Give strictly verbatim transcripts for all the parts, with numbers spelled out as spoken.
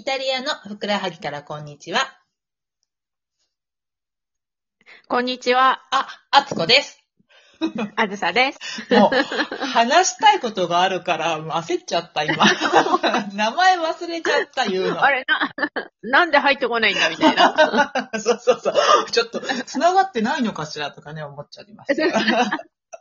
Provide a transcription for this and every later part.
タリアのふくらはぎからこんにちは。 こんにちは。 あ、あつこです。 あずさです。 もう、話したいことがあるから、焦っちゃった、今。名前忘れちゃった、言うの。 あれな、なんで入ってこないんだ、みたいな。 そうそうそう。ちょっと、繋がってないのかしらとかね、思っちゃいました。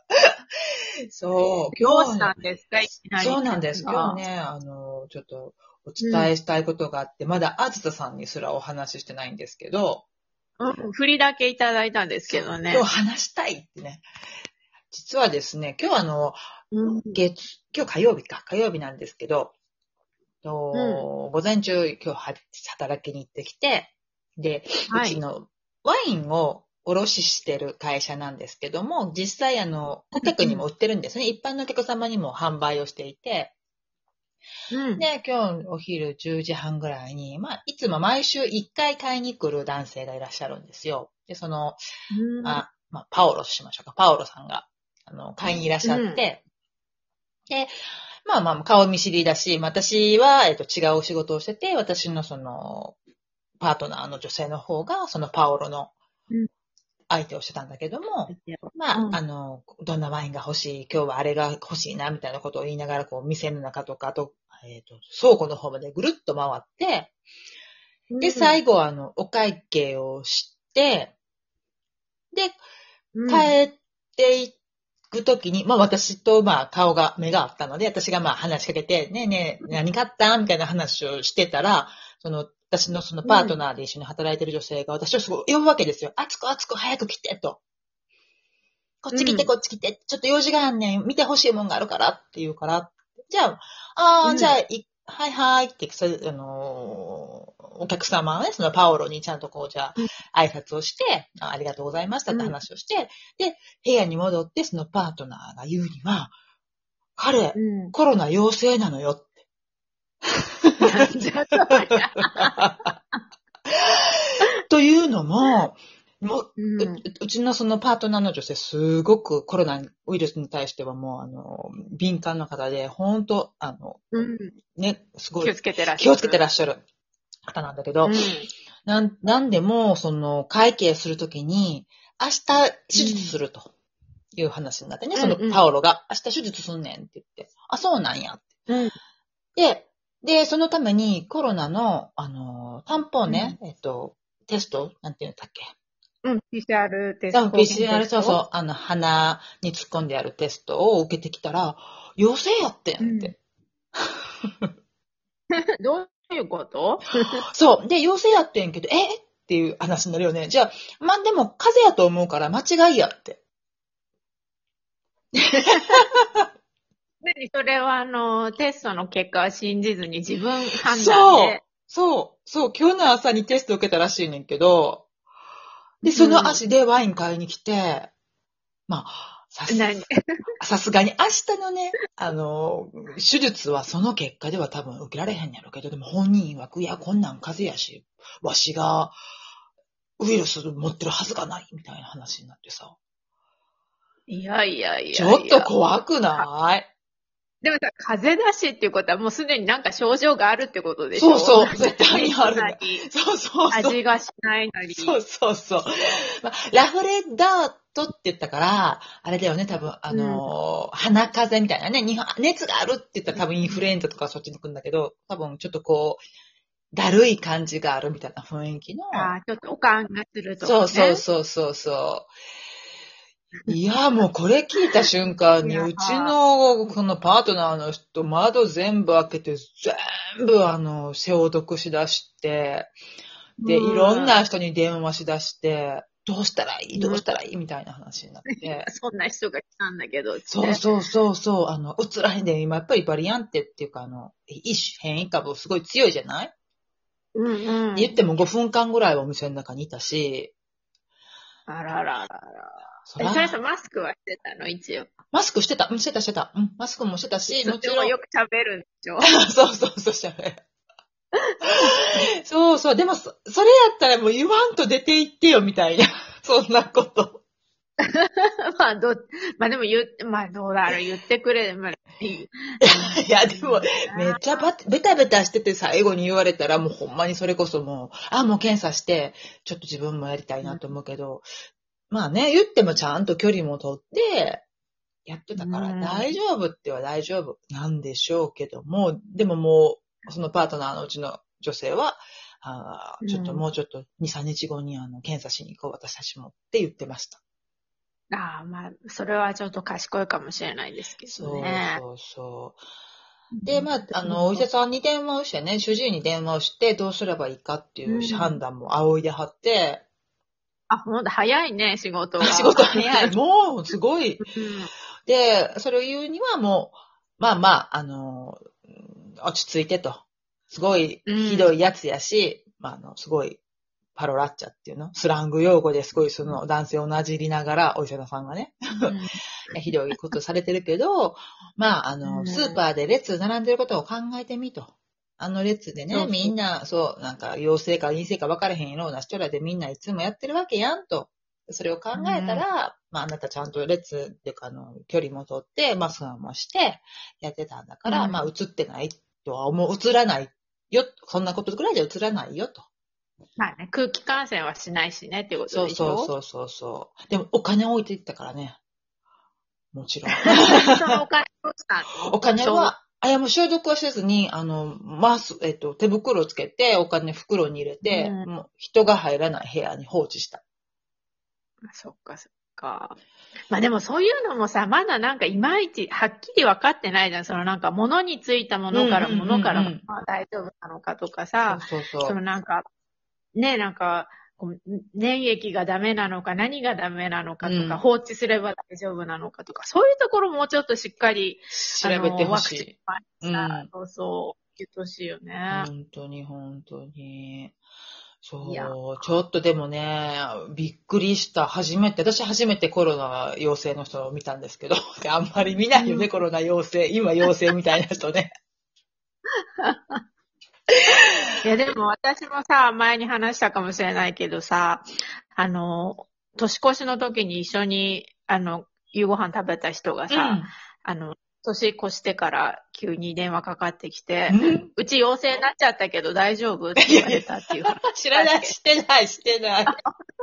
そう、 どう今日したんですか、いきなり。 そうなんです。今日ね、あの、ちょっとお伝えしたいことがあって、うん、まだあずささんにすらお話ししてないんですけど、 うん、振りだけいただいたんですけどね。 今日話したいってね。実はですね、今日あの、うん、月、今日火曜日か、火曜日なんですけど、とうん、午前中今日働きに行ってきて、で、はい、うちのワインを卸してる会社なんですけども、実際あの、顧客にも売ってるんですね。うん、一般のお客様にも販売をしていて、うん、で、今日お昼じゅうじはんぐらいに、まあ、いつも毎週いっかい買いに来る男性がいらっしゃるんですよ。で、その、うん、あまあ、パオロしましょうか。パオロさんが、あの、買いにいらっしゃって、うん、で、まあまあ、顔見知りだし、私は、えっと、違うお仕事をしてて、私のその、パートナーの女性の方が、そのパオロの相手をしてたんだけども、うん、まあ、うん、あの、どんなワインが欲しい、今日はあれが欲しいな、みたいなことを言いながら、こう、店の中とかと、えっと、倉庫の方までぐるっと回って、で、最後、あの、お会計をして、で、帰っていくときに、まあ私とまあ顔が、目があったので、私がまあ話しかけて、ねえねえ、何買ったみたいな話をしてたら、その、私のそのパートナーで一緒に働いてる女性が私をすごい呼ぶわけですよ。あつこあつこ早く来て、と。こっち来てこっち来て、ちょっと用事があんねん、見てほしいもんがあるからって言うから、じゃあ、ああ、うん、じゃあ、いはいはいって、あのー、お客様はね、そのパオロにちゃんとこう、じゃあ、挨拶をして、あ、ありがとうございましたって話をして、うん、で、部屋に戻って、そのパートナーが言うには、彼、うん、コロナ陽性なのよって。なんじゃそりゃ。というのも、もう、うん、う, うちのそのパートナーの女性、すごくコロナウイルスに対してはもう、あの、敏感な方で、本当あの、うん、ね、すごい。 気をつけてらっしゃる。 気をつけてらっしゃる方なんだけど、うん、なん、なんでも、その、会計するときに、明日手術するという話になってね、うん、そのパオロが、明日手術すんねんって言って、あ、そうなんやって。うん、で、で、そのためにコロナの、あの、担保ね、うん、えっと、テストなんて言うんだっけ。 うん、ピーシーアール テスト。 ピーシーアール、そうそう、あの、鼻に突っ込んであるテストを受けてきたら、陽性やってんって。 うん、どういうことそう。で、陽性やってんけど、えっていう話になるよね。じゃあ、まあ、でも、風邪やと思うから間違いやって。 何それはあの、テストの結果は信じずに自分判断で。 そう、そう、そう、今日の朝にテスト受けたらしいねんけど、で、その足でワイン買いに来て、うん、まあ、さす、さすがに明日のね、あの、手術はその結果では多分受けられへんやろうけど、でも本人曰く、いや、こんなん風邪やし、わしがウイルス持ってるはずがない、みたいな話になってさ。 いやいやいやいや。 ちょっと怖くない？ でもさ、風邪だしっていうことはもうすでになんか症状があるってことでしょ？ そうそう、絶対にある。そうそうそう。 味がしないなり。 そうそうそう。まあ、ラフレダートって言ったから、あれだよね、多分、あのー、うん、鼻風邪みたいなね、熱があるって言ったら多分インフルエンザとかそっちに来るんだけど、多分ちょっとこう、だるい感じがあるみたいな雰囲気の。 ああ、ちょっとおかんがするとか、ね。そうそうそうそう。いや、もうこれ聞いた瞬間に、うちのこのパートナーの人、窓全部開けて、全部あの、消毒しだして、で、いろんな人に電話しだして、どうしたらいいどうしたらいいみたいな話になって。 そんな人が来たんだけど。 そうそうそうそう、あの、うつらへんで、今やっぱりバリアンテっていうか、あの、一種変異株すごい強いじゃない？ うんうん。 言ってもごふんかんぐらいお店の中にいたし。 あらららら。そら。え、それさ、マスクはしてたの一応。 マスクしてた。うん、してたしてた。うん、マスクもしてたし、 もちろん。よく喋るんでしょ？ そうそうそう、喋る。そうそう、でもそ、それやったらもう言わんと出て行ってよ、みたいな。そんなこと。 まあ、ど、まあでも言って、まあどうだろう、言ってくれ、まあ、いい。 いや、でも、めっちゃバベタベタしてて最後に言われたら、もうほんまにそれこそもう、あ、もう検査して、ちょっと自分もやりたいなと思うけど、まあね、言ってもちゃんと距離も取って、やってたから大丈夫っては大丈夫なんでしょうけども、でももう、そのパートナーのうちの女性は、あちょっともうちょっとに、さんにちごにあの検査しに行こう、私たちもって言ってました。 ああ、まあ、それはちょっと賢いかもしれないですけどね。 そうそうそう。で、まあ、あの、お医者さんに電話をしてね、主治医に電話をして、どうすればいいかっていう判断も仰いではって、 あ、ほんと早いね、仕事が。 仕事早い。もう、すごい。 うん、 で、それを言うにはもう、まあまあ、あの、落ち着いてと。すごいひどいやつやし、うん、まあ、あの、すごいパロラッチャっていうのスラング用語ですごいその男性をなじりながら、お医者さんがね、うん、ひどいことされてるけど、まあ、あの、スーパーで列並んでることを考えてみと。あの列でね、そうそうみんな、そう、なんか、陽性か陰性か分からへんような人らでみんないつもやってるわけやんと。それを考えたら、うん、まあ、あなたちゃんと列っていうか、あの、距離も取って、マスクもして、やってたんだから、うん、まあ、映ってないとは思う、映らないよ、そんなことぐらいで映らないよと。 まあね、空気感染はしないしねってことでしょ。 そうそうそうそう。でも、お金置いていったからね。もちろん。 そのお金どうしたの？ お金は、あ、いやもう消毒はせずに、あの、マス、えっと、手袋をつけて、お金袋に入れて、うん、もう人が入らない部屋に放置した。 そっかそっか。まあでもそういうのもさ、まだなんかいまいちはっきり分かってないじゃん。そのなんか物についたものから物からまあ大丈夫なのかとかさ、 そうそうそう。 そのなんか、ね、なんか、粘液がダメなのか何がダメなのかとか、うん、放置すれば大丈夫なのかとか、そういうところもうちょっとしっかり調べてほしい。 うん、そうそう、言ってほしいよね。 本当に本当に。そう、ちょっとでもね、びっくりした。初めて、私初めてコロナ陽性の人を見たんですけど、あんまり見ないよね、うん、コロナ陽性。今陽性みたいな人ね。 いや、でも私もさ、前に話したかもしれないけどさ、あの、年越しの時に一緒に、あの、夕ご飯食べた人がさ、うん、あの、年越してから急に電話かかってきて、うん、うち陽性になっちゃったけど大丈夫って言われたっていう話。 知らない、してない、してない。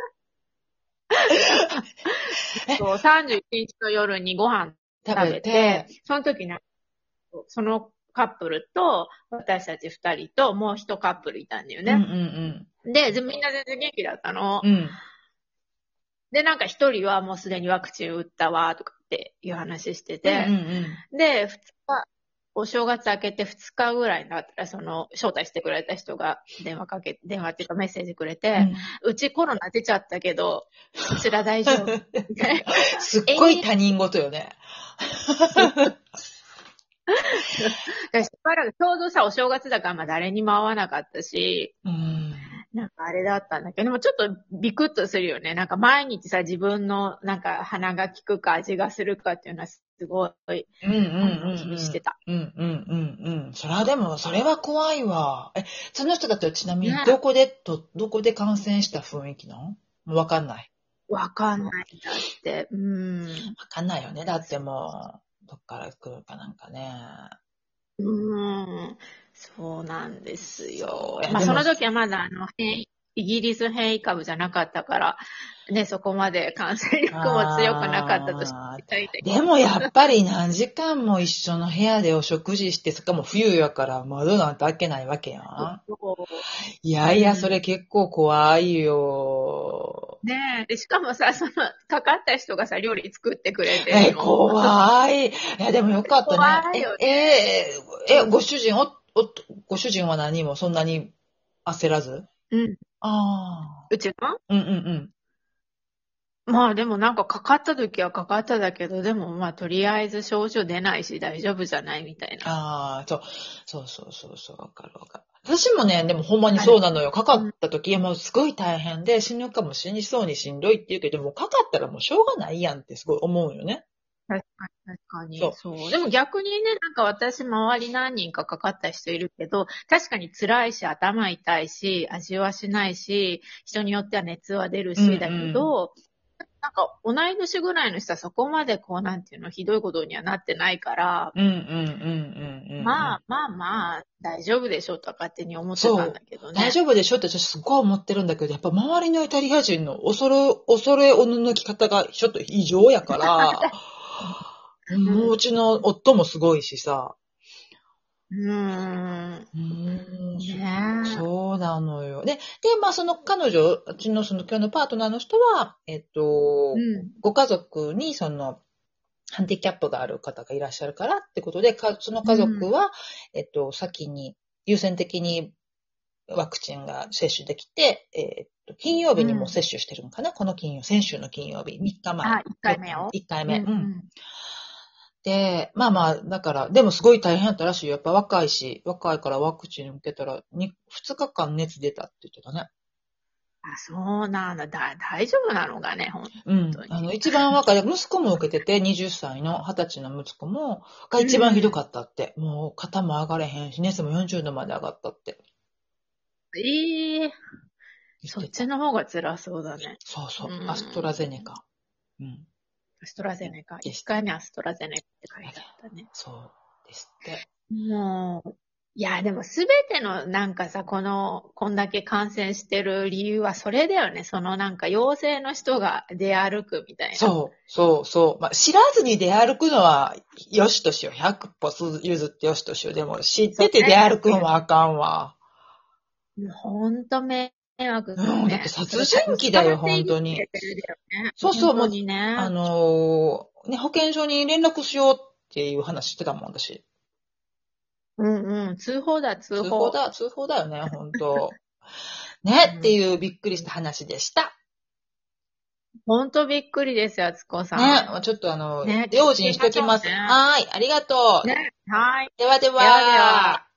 そう、さんじゅういちにちの夜にご飯食べて、食べてその時に、そのカップルと、私たち二人と、もう一カップルいたんだよね。 うんうんうん、 で、みんな全然元気だったの。 うん、 で、なんか一人はもうすでにワクチン打ったわ、とかっていう話してて、 うんうんうん、 で、二日、お正月明けて二日ぐらいになったら、その、招待してくれた人が電話かけ、電話っていうかメッセージくれて、うん、うちコロナ出ちゃったけど、こちら大丈夫。 すっごい他人事よね。 しばらくちょうどさ、お正月だからまあ誰にも会わなかったし、 うん、 なんかあれだったんだけど、でもちょっとビクッとするよね。なんか毎日さ、自分のなんか鼻が効くか味がするかっていうのはすごい、 うんうんうんうん、 気にしてた。 うんうんうんうん。それはでも、それは怖いわ。え、その人だったらちなみにどこで、ね、と、どこで感染した雰囲気なの？もうわかんない。 わかんないんだって。うん。 わかんないよね。だってもう、どっから来るかなんかね。 うん。そうなんですよ。まあその時はまだあの変異、イギリス変異株じゃなかったから、ね、そこまで感染力も強くなかったとしてでもやっぱり何時間も一緒の部屋でお食事して、しかも冬やから窓なんて開けないわけやん。いやいや、それ結構怖いよ。 ねえ。で、しかもさ、その、かかった人がさ、料理作ってくれてるの。え、怖い。いや、でもよかったね。 怖いよね。 え、えー、え、ご主人、お、お、ご主人は何もそんなに焦らず？ うん。 ああ。 うちの？ うんうんうん。 まあでもなんかかかった時はかかっただけど、でもまあとりあえず症状出ないし大丈夫じゃないみたいな。 ああ、そう、そうそうそうそう、わかるわかる。私もね、でもほんまにそうなのよ。かかった時、もうすごい大変で死ぬかも死にそうにしんどいって言うけど、もうかかったらもうしょうがないやんってすごい思うよね。 確かに、確かに。そう。そう。でも逆にね、なんか私周り何人かかかった人いるけど、確かに辛いし、頭痛いし、味はしないし、人によっては熱は出るし、うんうん、だけど、 なんか、同い年ぐらいの人はそこまでこう、なんていうの、ひどいことにはなってないから、 うんうんうんうんうん。 まあまあまあ、大丈夫でしょと勝手に思ってたんだけどね。 大丈夫でしょって私すごい思ってるんだけど、やっぱ周りのイタリア人の恐れ、恐れおののき方がちょっと異常やから、もううちの夫もすごいしさ。 うーん。 うーんねえ。 そうなのよ。で、で、まあその彼女、うちのその今日のパートナーの人は、えっと、 うん。 ご家族にその、ハンディキャップがある方がいらっしゃるからってことで、かその家族は、えっと、先に、優先的にワクチンが接種できて、えっと、金曜日にもう接種してるのかな、この金曜、先週の金曜日、みっかまえ。 あ、一回目をいっかいめ。 うんうん。で、まあまあ、だから、でもすごい大変だったらしいよ。やっぱ若いし、若いからワクチン受けたら、にふつかかん熱出たって言ってたね。 あ、そうなんだ。だ、大丈夫なのかね、本うん。 当に。 あの、一番若い、息子も受けてて、はたちの、はたちの息子も、が一番ひどかったって。もう、肩も上がれへんし、熱もよんじゅうどまで上がったって。 ええー、そっ言ってた。 ちの方が辛そうだね。 そうそう。 うんアストラゼネカ。うん。 アストラゼネカ。 です一回目アストラゼネカって書いてあったね。 そうですって。 もう、いや、でもすべてのなんかさ、この、こんだけ感染してる理由はそれだよね。そのなんか陽性の人が出歩くみたいな。 そう、そう、そう。まあ、知らずに出歩くのは、よしとしよう。ひゃく歩譲ってよしとしよう。でも、知ってて出歩くのはあかんわ。 もうほんと迷惑だね。 うん、だって殺人鬼だよ、本当に。そうそう、もう、 ね、 あのー、ね、保健所に連絡しようっていう話してたもん、私。 うんうん、通報だ、通報。 通報だ、通報だよね、本当ね、っていうびっくりした話でした。 ほんとびっくりですよ、あつこさん。 ね、ちょっとあの、 ね、 用心しときます。 ね、 はい、ありがとう。 ね、はい。 ではでは。 ではでは。